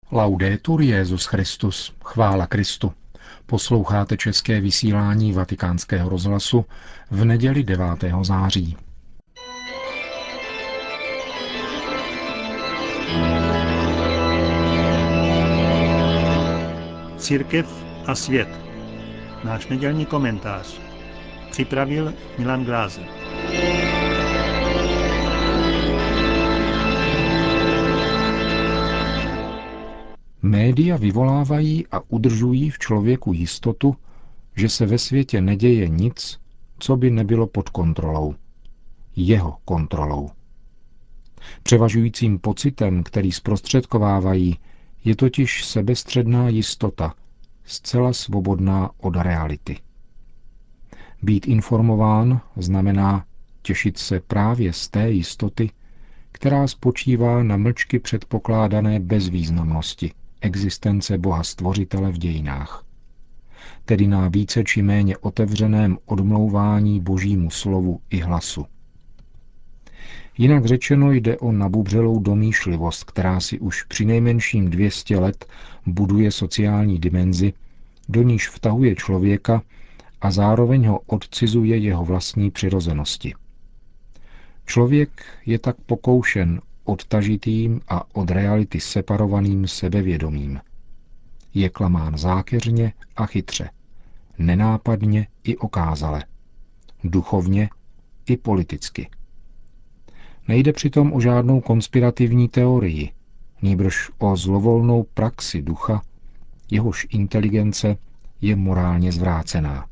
Laudetur Jesus Christus, chvála Kristu. Posloucháte české vysílání Vatikánského rozhlasu v neděli 9. září. Církev a svět. Náš nedělní komentář. Připravil Milan Glázer. Média vyvolávají a udržují v člověku jistotu, že se ve světě neděje nic, co by nebylo pod kontrolou. Jeho kontrolou. Převažujícím pocitem, který zprostředkovávají, je totiž sebestředná jistota, zcela svobodná od reality. Být informován znamená těšit se právě z té jistoty, která spočívá na mlčky předpokládané bezvýznamnosti existence Boha Stvořitele v dějinách, tedy na více či méně otevřeném odmlouvání Božímu slovu i hlasu. Jinak řečeno jde o nabubřelou domýšlivost, která si už přinejmenším 200 let buduje sociální dimenzi, do níž vtahuje člověka a zároveň ho odcizuje jeho vlastní přirozenosti. Člověk je tak pokoušen odtažitým a od reality separovaným sebevědomím. Je klamán zákeřně a chytře, nenápadně i okázale, duchovně i politicky. Nejde přitom o žádnou konspirativní teorii, nýbrž o zlovolnou praxi ducha, jehož inteligence je morálně zvrácená.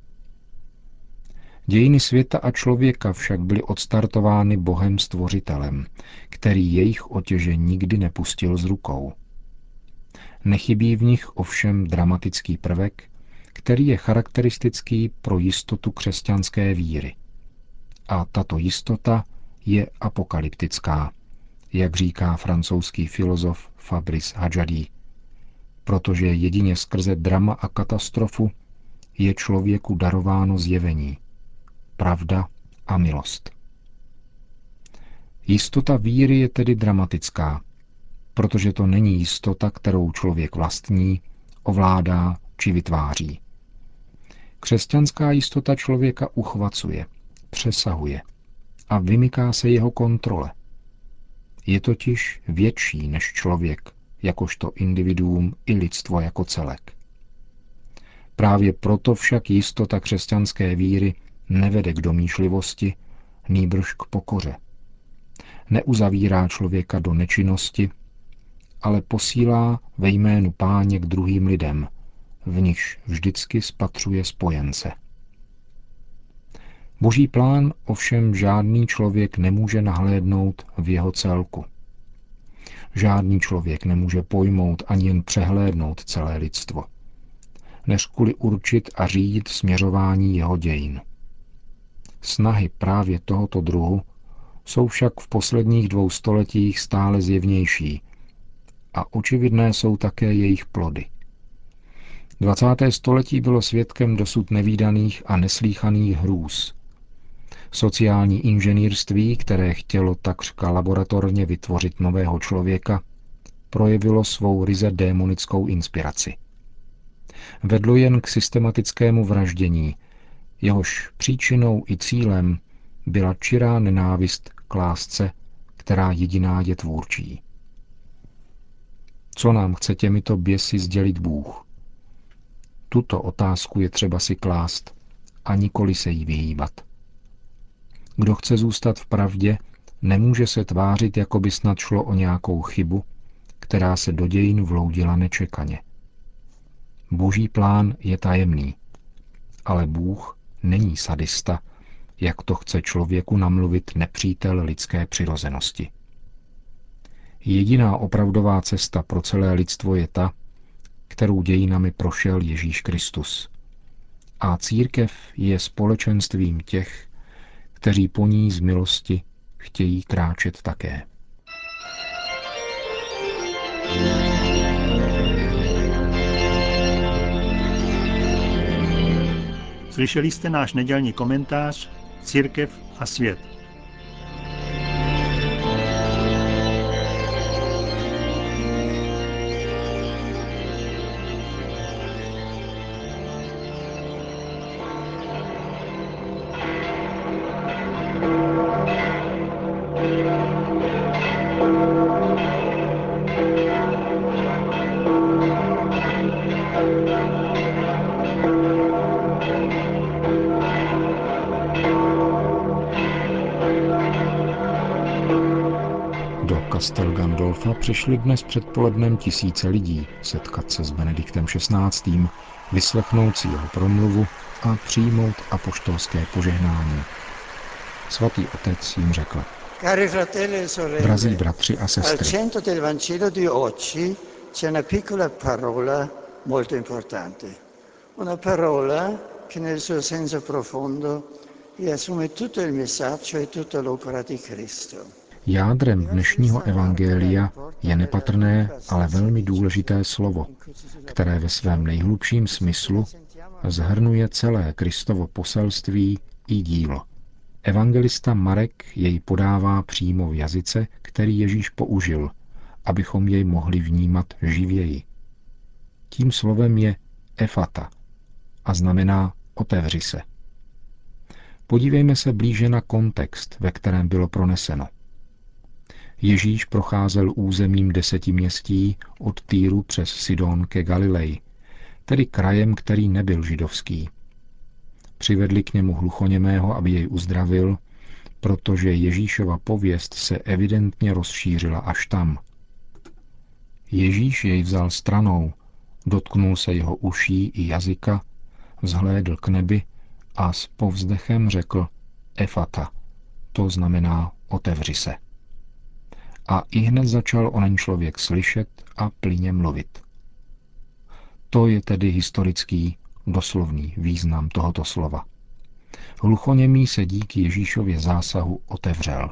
Dějiny světa a člověka však byly odstartovány Bohem Stvořitelem, který jejich otěže nikdy nepustil z rukou. Nechybí v nich ovšem dramatický prvek, který je charakteristický pro jistotu křesťanské víry. A tato jistota je apokalyptická, jak říká francouzský filozof Fabrice Hadjadí, protože jedině skrze drama a katastrofu je člověku darováno zjevení, pravda a milost. Jistota víry je tedy dramatická, protože to není jistota, kterou člověk vlastní, ovládá či vytváří. Křesťanská jistota člověka uchvacuje, přesahuje a vymyká se jeho kontrole. Je totiž větší než člověk, jakožto individuum i lidstvo jako celek. Právě proto však jistota křesťanské víry nevede k domýšlivosti, nýbrž k pokoře. Neuzavírá člověka do nečinnosti, ale posílá ve jménu Páně k druhým lidem, v nichž vždycky spatřuje spojence. Boží plán ovšem žádný člověk nemůže nahlédnout v jeho celku. Žádný člověk nemůže pojmout ani jen přehlédnout celé lidstvo, než kvůli určit a řídit směřování jeho dějin. Snahy právě tohoto druhu jsou však v posledních 2 stoletích stále zjevnější a očividné jsou také jejich plody. 20. století bylo svědkem dosud nevídaných a neslýchaných hrůz. Sociální inženýrství, které chtělo takřka laboratorně vytvořit nového člověka, projevilo svou ryze démonickou inspiraci. Vedlo jen k systematickému vraždění, jehož příčinou i cílem byla čirá nenávist k lásce, která jediná je tvůrčí. Co nám chce těmito běsy sdělit Bůh? Tuto otázku je třeba si klást a nikoli se jí vyhýbat. Kdo chce zůstat v pravdě, nemůže se tvářit, jako by snad šlo o nějakou chybu, která se do dějin vloudila nečekaně. Boží plán je tajemný, ale Bůh není sadista, jak to chce člověku namluvit nepřítel lidské přirozenosti. Jediná opravdová cesta pro celé lidstvo je ta, kterou dějinami prošel Ježíš Kristus. A církev je společenstvím těch, kteří po ní z milosti chtějí kráčet také. Slyšeli jste náš nedělní komentář Církev a svět. Alfa přišli dnes předpolednem tisíce lidí setkat se s Benediktem XVI., vyslechnout si jeho promluvu a přijmout apoštolské požehnání. Svatý otec jim řekl: Drazí bratři a sestry, che nel suo senso profondo riassume tutto il messaggio e tutta l'opera di Cristo. Jádrem dnešního evangelia je nepatrné, ale velmi důležité slovo, které ve svém nejhlubším smyslu shrnuje celé Kristovo poselství i dílo. Evangelista Marek jej podává přímo v jazyce, který Ježíš použil, abychom jej mohli vnímat živěji. Tím slovem je efata a znamená otevři se. Podívejme se blíže na kontext, ve kterém bylo proneseno. Ježíš procházel územím 10 městí od Týru přes Sidon ke Galileji, tedy krajem, který nebyl židovský. Přivedli k němu hluchoněmého, aby jej uzdravil, protože Ježíšova pověst se evidentně rozšířila až tam. Ježíš jej vzal stranou, dotknul se jeho uší i jazyka, vzhlédl k nebi a s povzdechem řekl efata, to znamená otevři se. A ihned začal onen člověk slyšet a plynně mluvit. To je tedy historický, doslovný význam tohoto slova. Hluchoněmý se díky Ježíšově zásahu otevřel.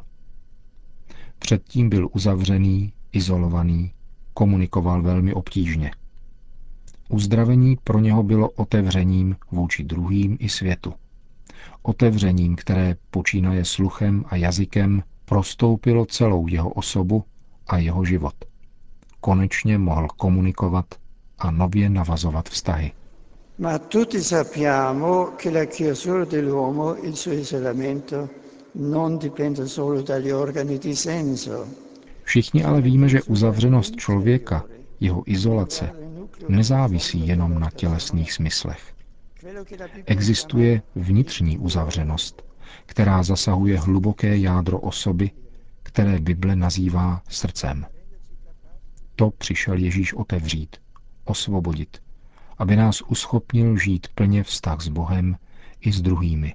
Předtím byl uzavřený, izolovaný, komunikoval velmi obtížně. Uzdravení pro něho bylo otevřením vůči druhým i světu. Otevřením, které počínaje sluchem a jazykem, prostoupilo celou jeho osobu a jeho život. Konečně mohl komunikovat a nově navazovat vztahy. Ma tutti sappiamo che la chiusura dell'uomo, il suo isolamento, non dipende solo dagli organi di senso. Všichni ale víme, že uzavřenost člověka, jeho izolace, nezávisí jenom na tělesných smyslech. Existuje vnitřní uzavřenost, která zasahuje hluboké jádro osoby, které Bible nazývá srdcem. To přišel Ježíš otevřít, osvobodit, aby nás uschopnil žít plně vztah s Bohem i s druhými.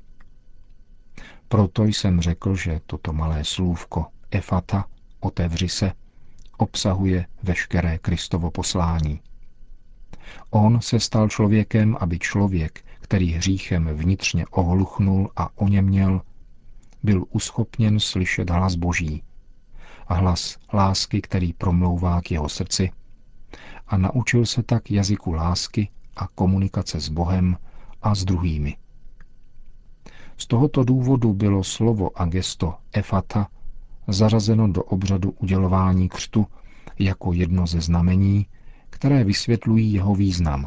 Proto jsem řekl, že toto malé slůvko efata, otevři se, obsahuje veškeré Kristovo poslání. On se stal člověkem, aby člověk, který hříchem vnitřně ohluchnul a oněměl, byl uschopněn slyšet hlas Boží a hlas lásky, který promlouvá k jeho srdci, a naučil se tak jazyku lásky a komunikace s Bohem a s druhými. Z tohoto důvodu bylo slovo a gesto efata zařazeno do obřadu udělování křtu jako jedno ze znamení, které vysvětlují jeho význam.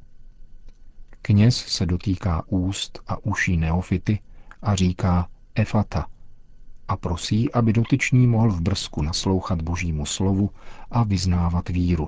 Kněz se dotýká úst a uší neofity a říká efata a prosí, aby dotyčný mohl v brzku naslouchat Božímu slovu a vyznávat víru.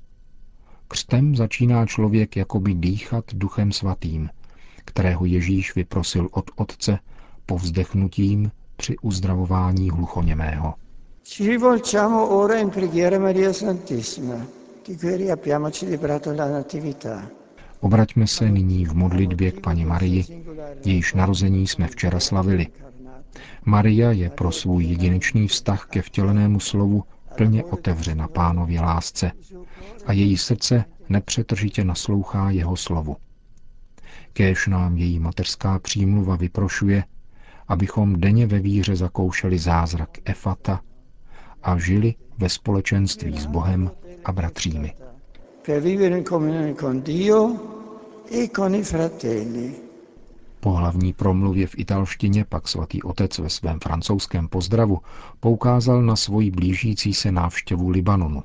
Křtem začíná člověk jakoby dýchat Duchem svatým, kterého Ježíš vyprosil od Otce povzdechnutím při uzdravování hluchoněmého. Ci rivolgiamo ora in preghiera Maria Santissima, di cui abbiamo celebrato la Natività. Obraťme se nyní v modlitbě k Panně Marii, jejíž narození jsme včera slavili. Maria je pro svůj jedinečný vztah ke vtělenému slovu plně otevřena Pánově lásce a její srdce nepřetržitě naslouchá jeho slovu. Kéž nám její mateřská přímluva vyprošuje, abychom denně ve víře zakoušeli zázrak efata a žili ve společenství s Bohem a bratřími. Po hlavní promluvě v italštině pak svatý otec ve svém francouzském pozdravu poukázal na svoji blížící se návštěvu Libanonu.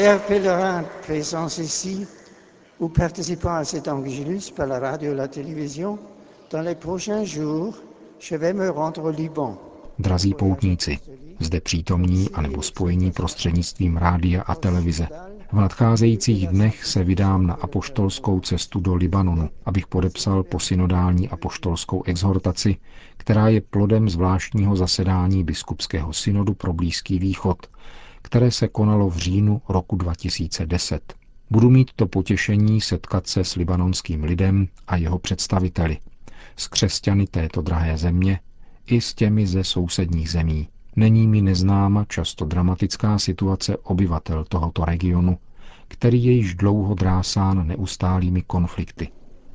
Ou participant à cet Angelus par la radio et la télévision, dans les prochains jours, je vais me rendre au Liban. Drazí poutníci, zde přítomní anebo spojení prostřednictvím rádia a televize. V nadcházejících dnech se vydám na apoštolskou cestu do Libanonu, abych podepsal posynodální apoštolskou exhortaci, která je plodem zvláštního zasedání biskupského synodu pro Blízký východ, které se konalo v říjnu roku 2010. Budu mít to potěšení setkat se s libanonským lidem a jeho představiteli, s křesťany této drahé země i s těmi ze sousedních zemí. Není mi neznáma často dramatická situace obyvatel tohoto regionu, který je již dlouho drásán neustálými konflikty.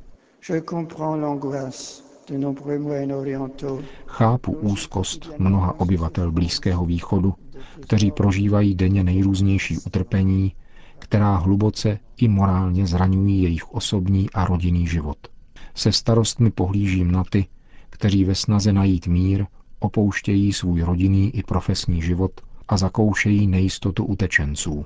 Chápu úzkost mnoha obyvatel Blízkého východu, kteří prožívají denně nejrůznější utrpení, která hluboce i morálně zraňují jejich osobní a rodinný život. Se starostmi pohlížím na ty, kteří ve snaze najít mír opouštějí svůj rodinný i profesní život a zakoušejí nejistotu utečenců.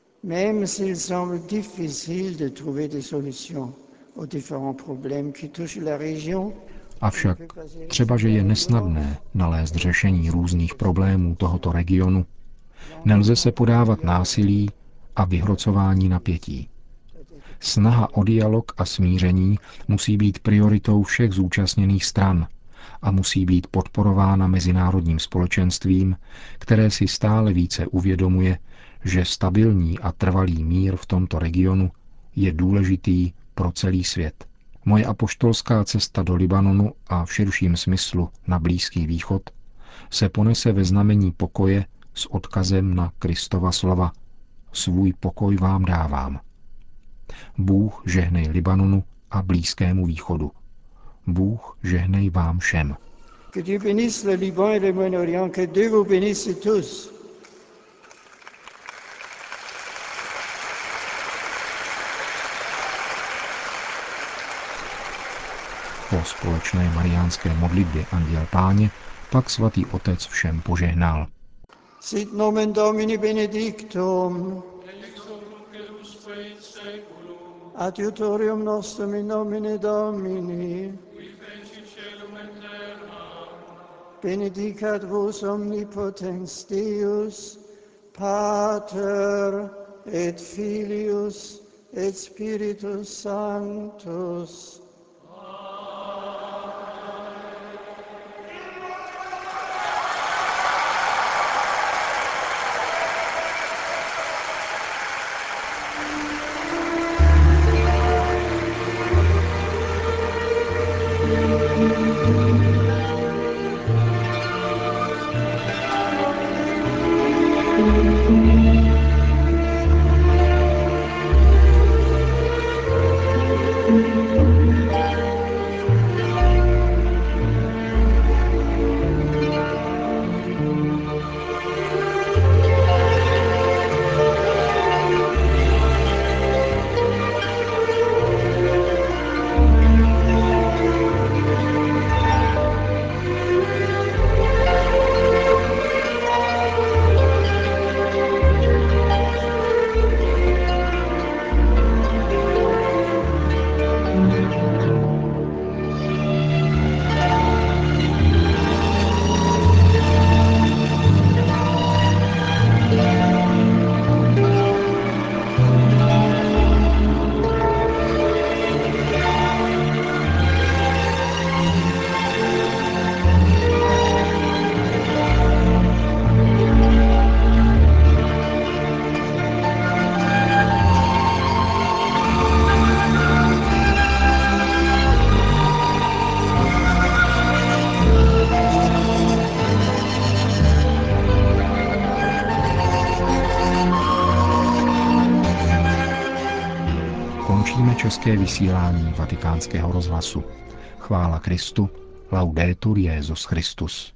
Avšak třeba, že je nesnadné nalézt řešení různých problémů tohoto regionu, nelze se podávat násilí a vyhrocování napětí. Snaha o dialog a smíření musí být prioritou všech zúčastněných stran a musí být podporována mezinárodním společenstvím, které si stále více uvědomuje, že stabilní a trvalý mír v tomto regionu je důležitý pro celý svět. Moje apoštolská cesta do Libanonu a v širším smyslu na Blízký východ se ponese ve znamení pokoje s odkazem na Kristova slova: svůj pokoj vám dávám. Bůh žehnej Libanonu a Blízkému východu. Bůh žehnej vám všem. Que Dieu bénisse le Liban et le Moyen-Orient, que Dieu vous bénisse tous. Po společné mariánské modlitbě Anděl Páně pak svatý otec všem požehnal. Sit nomen Domini benedictum. Adiutorium nostrum in nomine Domini. Benedicat vos omnipotens Deus, Pater et Filius et Spiritus Sanctus. Končíme české vysílání Vatikánského rozhlasu. Chvála Kristu, laudetur Jesus Christus.